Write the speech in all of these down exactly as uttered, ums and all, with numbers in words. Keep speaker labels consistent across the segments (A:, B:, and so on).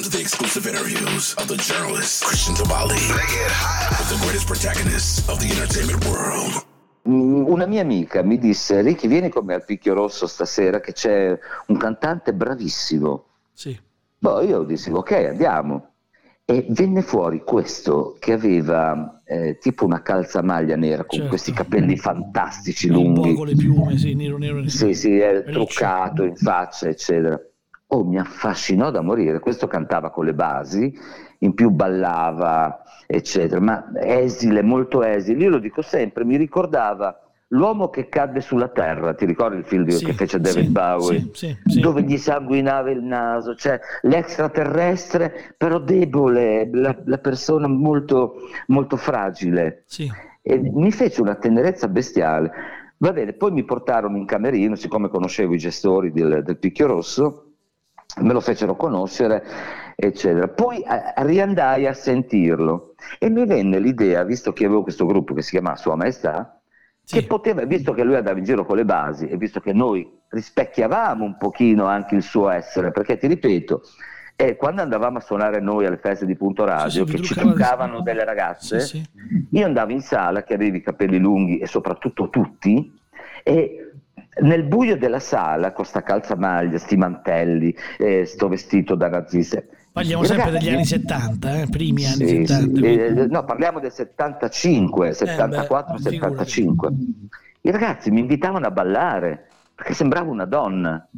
A: to the exclusive interviews of the journalist Christian Tabali. Make it hot with the greatest protagonists of the entertainment world.
B: Una mia amica mi disse: Ricky, vieni con me al Picchio Rosso stasera che c'è un cantante bravissimo.
C: Sì.
B: Boh, io dissi ok, andiamo. E venne fuori questo che aveva eh, tipo una calzamaglia nera con
C: Certo.
B: questi capelli fantastici
C: Un
B: lunghi.
C: po' con le piume, sì, nero nero.
B: Sì, sì, è
C: Riccio.
B: truccato in faccia, eccetera. Oh, mi affascinò da morire. Questo cantava con le basi, in più ballava, eccetera, ma esile, molto esile. Io lo dico sempre, mi ricordava L'uomo che cadde sulla terra, ti ricordi il film
C: Sì,
B: che fece David
C: sì,
B: Bowie?
C: sì, sì, sì.
B: Dove gli sanguinava il naso, cioè l'extraterrestre però debole, la, la persona molto, molto fragile.
C: Sì.
B: E mi fece una tenerezza bestiale. Va bene, poi mi portarono in camerino, siccome conoscevo i gestori del, del Picchio Rosso, me lo fecero conoscere, eccetera. Poi eh, riandai a sentirlo e mi venne l'idea, visto che avevo questo gruppo che si chiamava Sua Maestà,
C: Sì.
B: che poteva, visto che lui andava in giro con le basi e visto che noi rispecchiavamo un pochino anche il suo essere, perché ti ripeto, eh, quando andavamo a suonare noi alle feste di Punto Radio,
C: Sì, sì,
B: che ci
C: truccava-
B: toccavano delle ragazze,
C: Sì, sì.
B: io andavo in sala, che avevi i capelli lunghi e soprattutto tutti, e nel buio della sala, con sta calzamaglia, sti mantelli, eh, sto vestito da nazista.
C: Parliamo
B: i
C: sempre
B: ragazzi-
C: degli anni settanta, eh, primi anni
B: Sì,
C: settanta.
B: sì,
C: quindi-
B: eh, no, parliamo del settantacinque, settantaquattro,
C: beh, figurati.
B: settantacinque. I ragazzi mi invitavano a ballare perché sembravo una donna.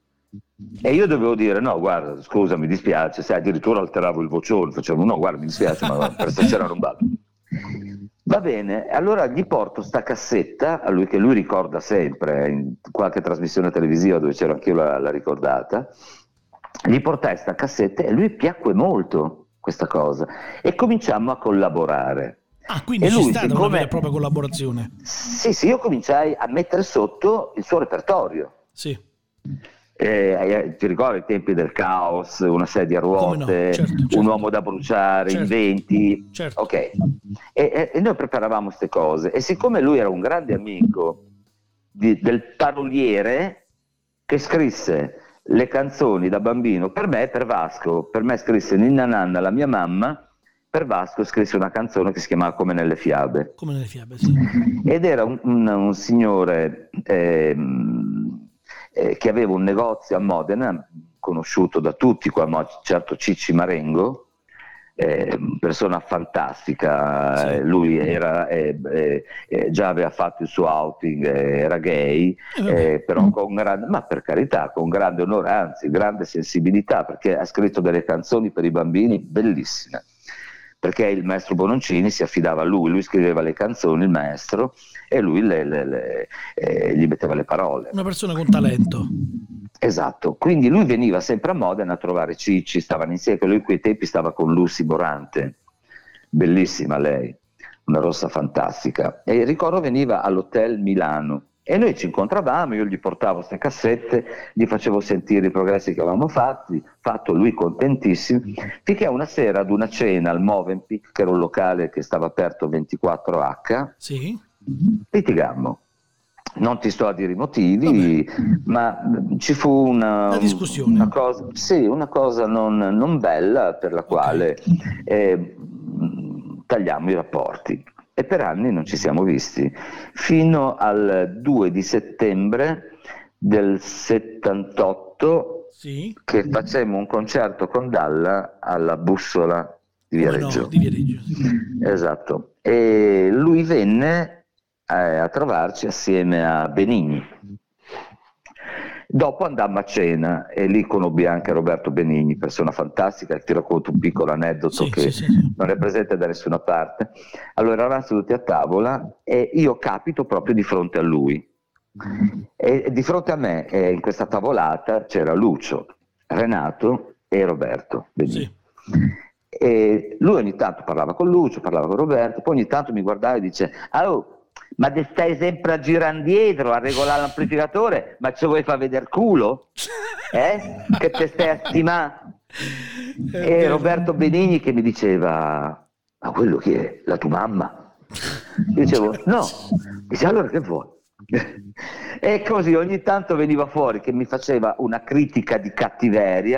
B: E io dovevo dire: no, guarda, scusa, mi dispiace, se addirittura alteravo il vocione, facevo: no, guarda, mi dispiace, ma per stasera non ballo. Va bene, allora gli porto sta cassetta, a lui che lui ricorda sempre, in qualche trasmissione televisiva dove c'ero anch'io la, la ricordata, gli portai sta cassetta e lui piacque molto questa cosa e cominciammo a collaborare.
C: Ah, quindi
B: E
C: c'è
B: lui,
C: stata una
B: siccome-
C: vera e propria collaborazione.
B: Sì, sì, io cominciai a mettere sotto il suo repertorio.
C: Sì.
B: Eh, eh, ti ricordi i tempi del caos, una sedia a
C: Come
B: ruote,
C: no, certo, certo.
B: un uomo da bruciare,
C: Certo,
B: inventi,
C: certo.
B: ok. E, e- e noi preparavamo queste cose e siccome lui era un grande amico di- del paroliere che scrisse le canzoni da bambino per me e per Vasco, per me scrisse Ninna Nanna, la mia mamma, per Vasco scrisse una canzone che si chiamava Come nelle fiabe.
C: Come nelle fiabe, sì.
B: Ed era un, un- un signore ehm, eh, che aveva un negozio a Modena, conosciuto da tutti, qua, ma certo Cicci Marengo, eh, persona fantastica.
C: Sì.
B: eh, lui era, eh, eh, eh, già aveva fatto il suo outing, eh, era gay,
C: Eh, vabbè.
B: eh, però con grande, ma per carità, con grande onore, anzi grande sensibilità, perché ha scritto delle canzoni per i bambini bellissime. Perché il maestro Bononcini si affidava a lui, lui scriveva le canzoni, il maestro, e lui le, le- le- eh, gli metteva le parole.
C: Una persona con talento.
B: Esatto, quindi lui veniva sempre a Modena a trovare Cicci, stavano insieme, lui a quei tempi stava con Lucy Borante, bellissima lei, una rossa fantastica, e ricordo veniva all'Hotel Milano. E noi ci incontravamo, io gli portavo queste cassette, gli facevo sentire i progressi che avevamo fatti, fatto lui contentissimo, finché una sera ad una cena al Movenpick, che era un locale che stava aperto ventiquattro acca,
C: Sì.
B: litigammo. Non ti sto a dire i motivi, ma ci fu una,
C: Una discussione.
B: una cosa, sì, una cosa non, non bella per la quale eh, tagliamo i rapporti. E per anni non ci siamo visti, fino al due di settembre del settantotto,
C: Sì.
B: che facemmo un concerto con Dalla alla Bussola di
C: Come
B: Viareggio.
C: no, di Viareggio. Sì.
B: Esatto, e lui venne eh, a trovarci assieme a Benigni. Dopo andammo a cena e lì conobbi anche Roberto Benigni, persona fantastica, ti racconto un piccolo aneddoto
C: Sì,
B: che
C: sì, sì, sì.
B: non è presente da nessuna parte. Allora eravamo seduti a tavola e io capito proprio di fronte a lui. E di fronte a me eh, in questa tavolata c'era Lucio, Renato e Roberto Benigni.
C: Sì.
B: E lui ogni tanto parlava con Lucio, parlava con Roberto, poi ogni tanto mi guardava e dice: ah, oh, ma te stai sempre a girare dietro a regolare l'amplificatore, ma ci vuoi far vedere culo? Eh? Che te stai a stimare?
C: È
B: E
C: vero.
B: Roberto Benigni che mi diceva: ma quello chi è? La tua mamma? Io dicevo: no. Dice: allora che vuoi? E così ogni tanto veniva fuori che mi faceva una critica di cattiveria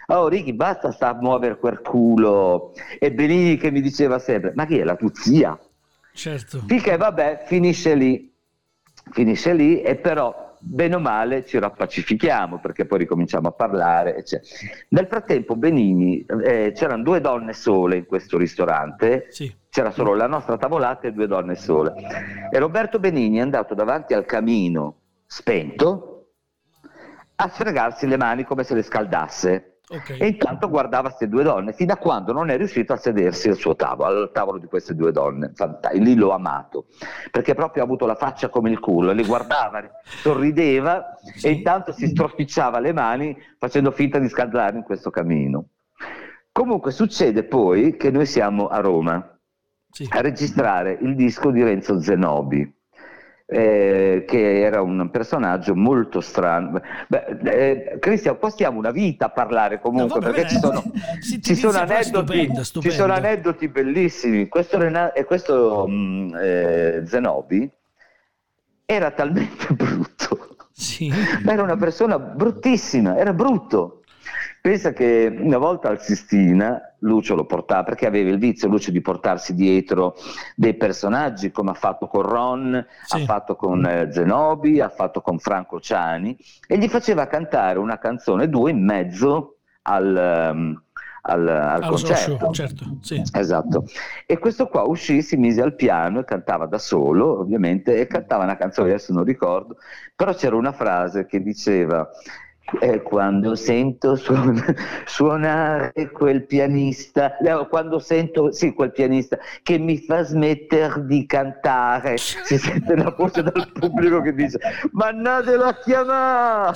B: oh Ricky, basta sta a muovere quel culo. E Benigni che mi diceva sempre, ma chi è la tua zia?
C: Certo.
B: Finché vabbè, finisce lì, finisce lì e però bene o male ci rappacifichiamo perché poi ricominciamo a parlare, eccetera. Nel frattempo Benigni, eh, c'erano due donne sole in questo ristorante,
C: Sì.
B: c'era solo la nostra tavolata e due donne sole, e Roberto Benigni è andato davanti al camino spento a sfregarsi le mani come se le scaldasse.
C: Ok.
B: E intanto guardava queste due donne fino a quando non è riuscito a sedersi al suo tavolo, al tavolo di queste due donne. Fanta- lì l'ho amato perché proprio ha avuto la faccia come il culo, le guardava, sorrideva
C: Sì.
B: e intanto si stropicciava le mani facendo finta di scaldare in questo camino. Comunque succede poi che noi siamo a Roma
C: Sì.
B: a registrare il disco di Renzo Zenobi. Eh, che era un personaggio molto strano. Beh, eh, Cristian, qua stiamo una vita a parlare comunque,
C: No, vabbè,
B: perché ci sono,
C: si-
B: ci sono
C: inizia poi
B: aneddoti,
C: stupendo,
B: ci
C: stupendo.
B: sono aneddoti bellissimi. Questo, Rena- e questo mh, eh, Zenobi era talmente brutto,
C: Sì.
B: ma era una persona bruttissima, era brutto. Pensa che una volta al Sistina Lucio lo portava, perché aveva il vizio Lucio di portarsi dietro dei personaggi, come ha fatto con Ron,
C: Sì.
B: ha fatto con eh, Zenobi, ha fatto con Franco Ciani, e gli faceva cantare una canzone, due in mezzo al, um, al, al
C: Allo
B: concerto.
C: show, certo, sì.
B: Esatto. E questo qua uscì, si mise al piano e cantava da solo, ovviamente, e cantava una canzone, adesso non ricordo, però c'era una frase che diceva: Eh, quando sento suona, suonare quel pianista, no, quando sento, sì, quel pianista che mi fa smettere di cantare, si sente la voce dal pubblico che dice: mannatelo a chiamare!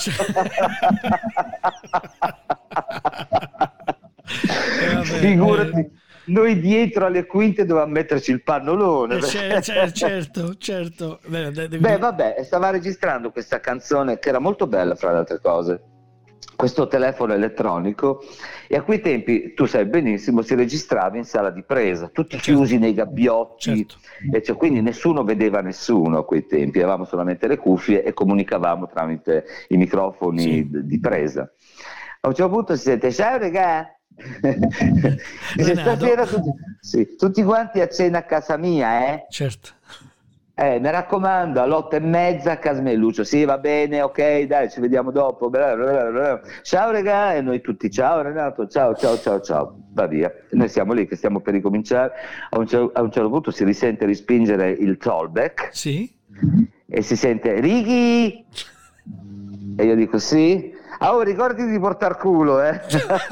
C: Eh, vabbè,
B: Figurati,
C: eh.
B: noi dietro alle quinte dovevamo metterci il pannolone.
C: Eh, cer- cer- certo, certo. Beh, de- de-
B: Beh, vabbè, stava registrando questa canzone che era molto bella, fra le altre cose, questo telefono elettronico, e a quei tempi, tu sai benissimo, si registrava in sala di presa, tutti
C: Certo.
B: chiusi nei gabbiotti,
C: Certo.
B: e cioè, quindi nessuno vedeva nessuno a quei tempi, avevamo solamente le cuffie e comunicavamo tramite i microfoni
C: Sì.
B: d- di presa. A un certo punto si sente: ciao regà! Dice,
C: Renato.
B: stasera tutti, sì, tutti quanti a cena a casa mia, eh?
C: Certo.
B: Eh, mi raccomando, alle otto e mezza a casa mia. Lucio, sì, va bene, ok, dai, ci vediamo dopo. Bla bla bla bla. Ciao regà, e noi tutti: ciao Renato, ciao, ciao, ciao, ciao. Va via. E noi siamo lì che stiamo per ricominciare. A un, cer- a un certo punto si risente rispingere il tollback
C: Sì.
B: e si sente: Righi! E io dico: sì. Ah, oh, ricordi di portar culo, eh?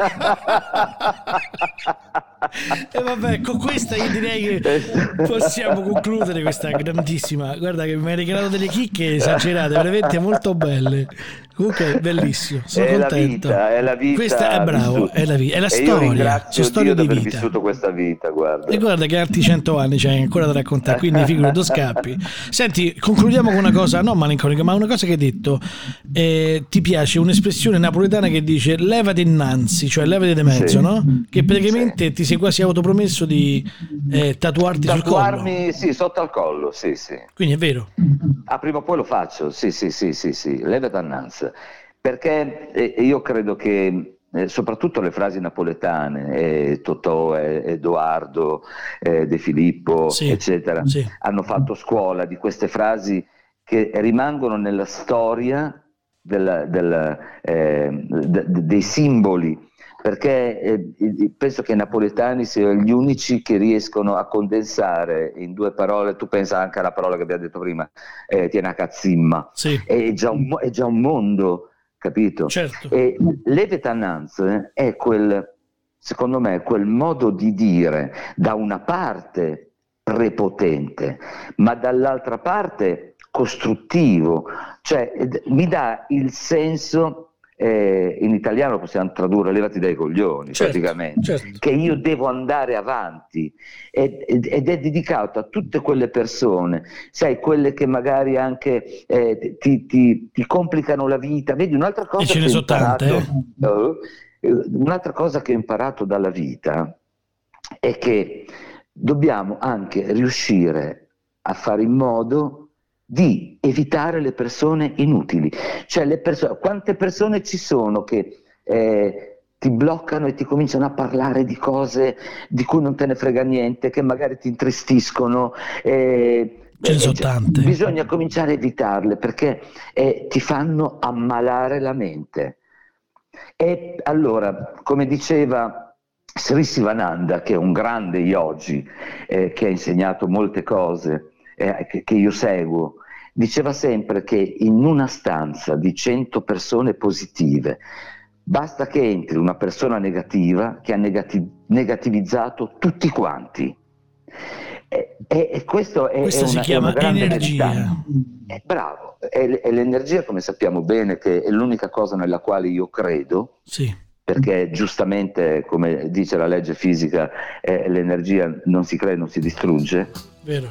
C: E vabbè, con questa io direi che possiamo concludere questa grandissima. Guarda che mi hai regalato delle chicche esagerate, veramente molto belle. Comunque, bellissimo. Sono
B: è
C: contento.
B: la vita, è la vita.
C: Questa è bravo,
B: vissuta.
C: è la, vi- è la
B: E io
C: storia.
B: ringrazio
C: C'è storia
B: Dio
C: di
B: di aver
C: vita.
B: vissuto questa vita, guarda.
C: E guarda che altri cento anni c'hai ancora da raccontare, quindi figurati, due scappi. Senti, concludiamo con una cosa, non malinconica, ma una cosa che hai detto. Eh, ti piace un'espressione napoletana che dice levati innanzi, cioè levati di mezzo,
B: Sì.
C: no? Che praticamente ti sei quasi autopromesso di eh, tatuarti sul collo.
B: Tatuarmi, sì, sotto al collo, sì, sì.
C: Quindi è vero.
B: Ah, prima o poi lo faccio, sì, sì, sì, sì, sì, levati innanzi. Perché eh, io credo che eh, soprattutto le frasi napoletane, eh, Totò, eh, Edoardo, eh, De Filippo,
C: Sì,
B: eccetera,
C: sì.
B: hanno fatto scuola di queste frasi che rimangono nella storia del, del, eh, de- de- dei simboli, perché eh, penso che i napoletani siano gli unici che riescono a condensare in due parole. Tu pensa anche alla parola che abbiamo detto prima, eh, tiena cazzimma,
C: Sì,
B: è già un, mo- è già un mondo, capito?
C: certo.
B: E l'evetananze è quel, secondo me, quel modo di dire da una parte prepotente, ma dall'altra parte costruttivo, cioè ed- mi dà il senso, eh, in italiano possiamo tradurre levati dai coglioni,
C: Certo,
B: praticamente,
C: certo.
B: che io devo andare avanti, ed, ed- ed è dedicato a tutte quelle persone, sai, quelle che magari anche eh, ti, ti- ti complicano la vita. Vedi, un'altra cosa
C: E ce ne
B: che ho
C: sono tante,
B: imparato, eh, un'altra cosa che ho imparato dalla vita è che dobbiamo anche riuscire a fare in modo di evitare le persone inutili. Cioè, le persone, quante persone ci sono che eh, ti bloccano e ti cominciano a parlare di cose di cui non te ne frega niente, che magari ti intristiscono. Eh,
C: Ce ne sono
B: cioè,
C: tante.
B: Bisogna cominciare a evitarle perché eh, ti fanno ammalare la mente. E allora, come diceva Sri Sivananda, che è un grande yogi, eh, che ha insegnato molte cose eh, che, che io seguo, diceva sempre che in una stanza di cento persone positive basta che entri una persona negativa che ha negati- negativizzato tutti quanti. E, e, e questo è,
C: Questa
B: è
C: si
B: una,
C: chiama
B: è una grande
C: energia.
B: verità. È bravo, è, è l'energia, come sappiamo bene, che è l'unica cosa nella quale io credo,
C: Sì.
B: perché giustamente, come dice la legge fisica, eh, l'energia non si crea, non si distrugge.
C: Vero.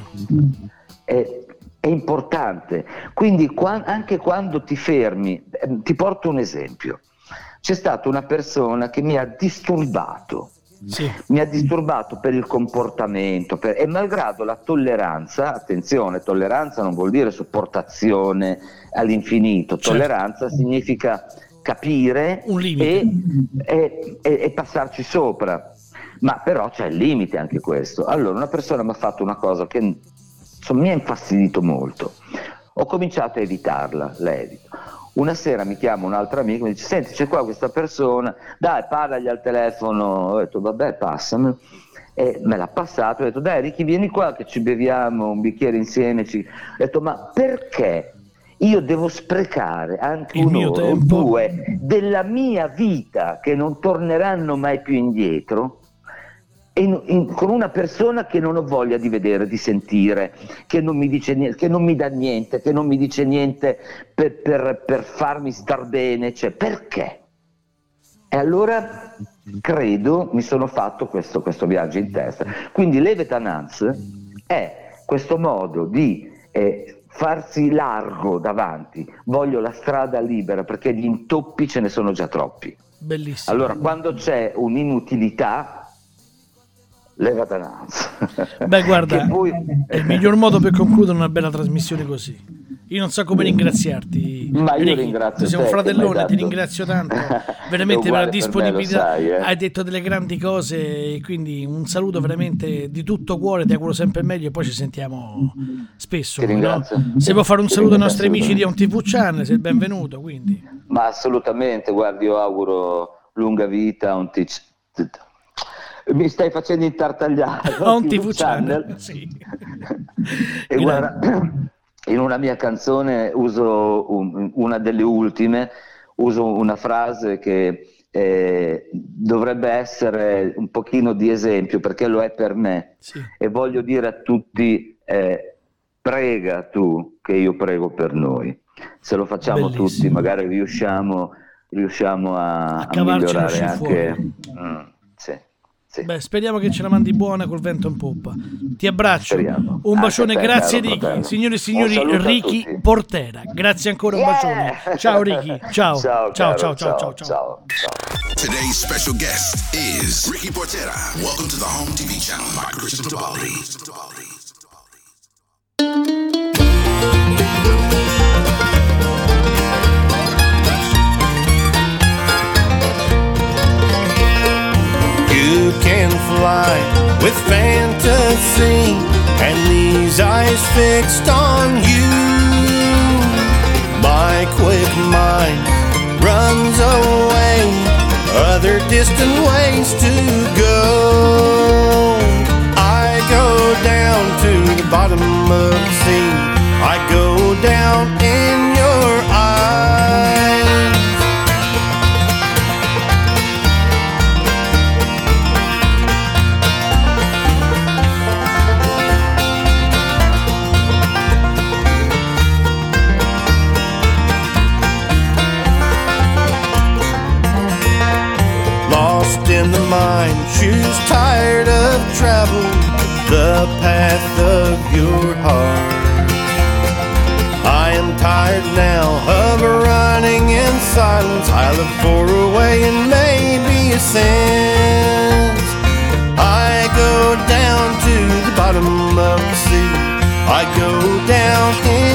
B: È, è importante. Quindi qua, anche quando ti fermi, eh, ti porto un esempio. C'è stata una persona che mi ha disturbato.
C: Sì.
B: Mi ha disturbato per il comportamento per, e malgrado la tolleranza, attenzione, tolleranza non vuol dire sopportazione all'infinito,
C: Certo.
B: Tolleranza significa capire
C: Un limite.
B: e, e, e, e passarci sopra, ma però c'è il limite anche questo. Allora una persona mi ha fatto una cosa che insomma, mi ha infastidito molto, ho cominciato a evitarla, la evito. Una sera mi chiama un altro amico e mi dice: senti, c'è qua questa persona, dai, parlagli al telefono. Ho detto: vabbè, passamelo. E me l'ha passato, ho detto: dai Ricky, vieni qua che ci beviamo un bicchiere insieme. Ci... Ho detto: ma perché io devo sprecare anche
C: Il mio
B: un'ora o
C: tempo.
B: due della mia vita che non torneranno mai più indietro in, in, con una persona che non ho voglia di vedere, di sentire, che non mi dice niente, che non mi dà niente, che non mi dice niente per, per, per farmi star bene, cioè perché? E allora credo mi sono fatto questo, questo viaggio in testa. Quindi l'Evetanaz è questo modo di eh, farsi largo davanti, voglio la strada libera perché gli intoppi ce ne sono già troppi.
C: Bellissimo.
B: Allora quando c'è un'inutilità, l'Evetanaz.
C: Beh, guarda,
B: Che poi...
C: è il miglior modo per concludere una bella trasmissione così. Io non so come ringraziarti.
B: Ma io
C: Ricky,
B: ringrazio
C: tu sei un
B: te,
C: fratellone,
B: che mi hai
C: ti
B: dato-
C: ringrazio tanto veramente per
B: Uguale
C: la
B: per me, lo
C: disponibilità.
B: sai, eh.
C: Hai detto delle grandi cose, e quindi un saluto veramente di tutto cuore, ti auguro sempre il meglio e poi ci sentiamo spesso.
B: Ti
C: no?
B: ringrazio.
C: Se vuoi fare un
B: Ti
C: saluto ai
B: ringrazio
C: nostri amici di On
B: assolutamente.
C: T V Channel, sei il benvenuto, quindi.
B: Ma assolutamente, guardi, io auguro lunga vita a un t- mi stai facendo intartagliare
C: A On T V Channel, sì.
B: E guarda, in una mia canzone uso un- una delle ultime, uso una frase che eh, dovrebbe essere un pochino di esempio perché lo è per me,
C: Sì.
B: e voglio dire a tutti eh, prega tu che io prego per noi. Se lo facciamo
C: Bellissimo.
B: tutti magari riusciamo, riusciamo a,
C: A
B: a
C: cavarcene
B: migliorare
C: uscì
B: anche mm, sì, sì.
C: Beh, speriamo che ce la mandi buona col vento in poppa. Ti abbraccio.
B: Speriamo.
C: Un
B: Anche
C: bacione,
B: a te,
C: grazie
B: caro
C: Ricky.
B: fratello.
C: Signore e
B: Un
C: signori,
B: saluto a
C: Ricky
B: tutti.
C: Portera. Grazie ancora, un
B: Yeah!
C: bacione. Ciao Ricky. Ciao.
B: Ciao,
C: ciao,
B: caro,
C: ciao, ciao, ciao, ciao.
B: ciao, ciao.
A: Today's special guest is Ricky Portera. Welcome to the Home T V channel by Christian Tabali.
D: You can fly with fantasy and these eyes fixed on you. My quick mind runs away, other distant ways to go. I go down to the bottom of the sea, I go down in your eyes. Lost in the mind, shoes tired of travel, the path of your heart. I am tired now of running in silence. I look for a way and maybe a sense. I go down to the bottom of the sea, I go down in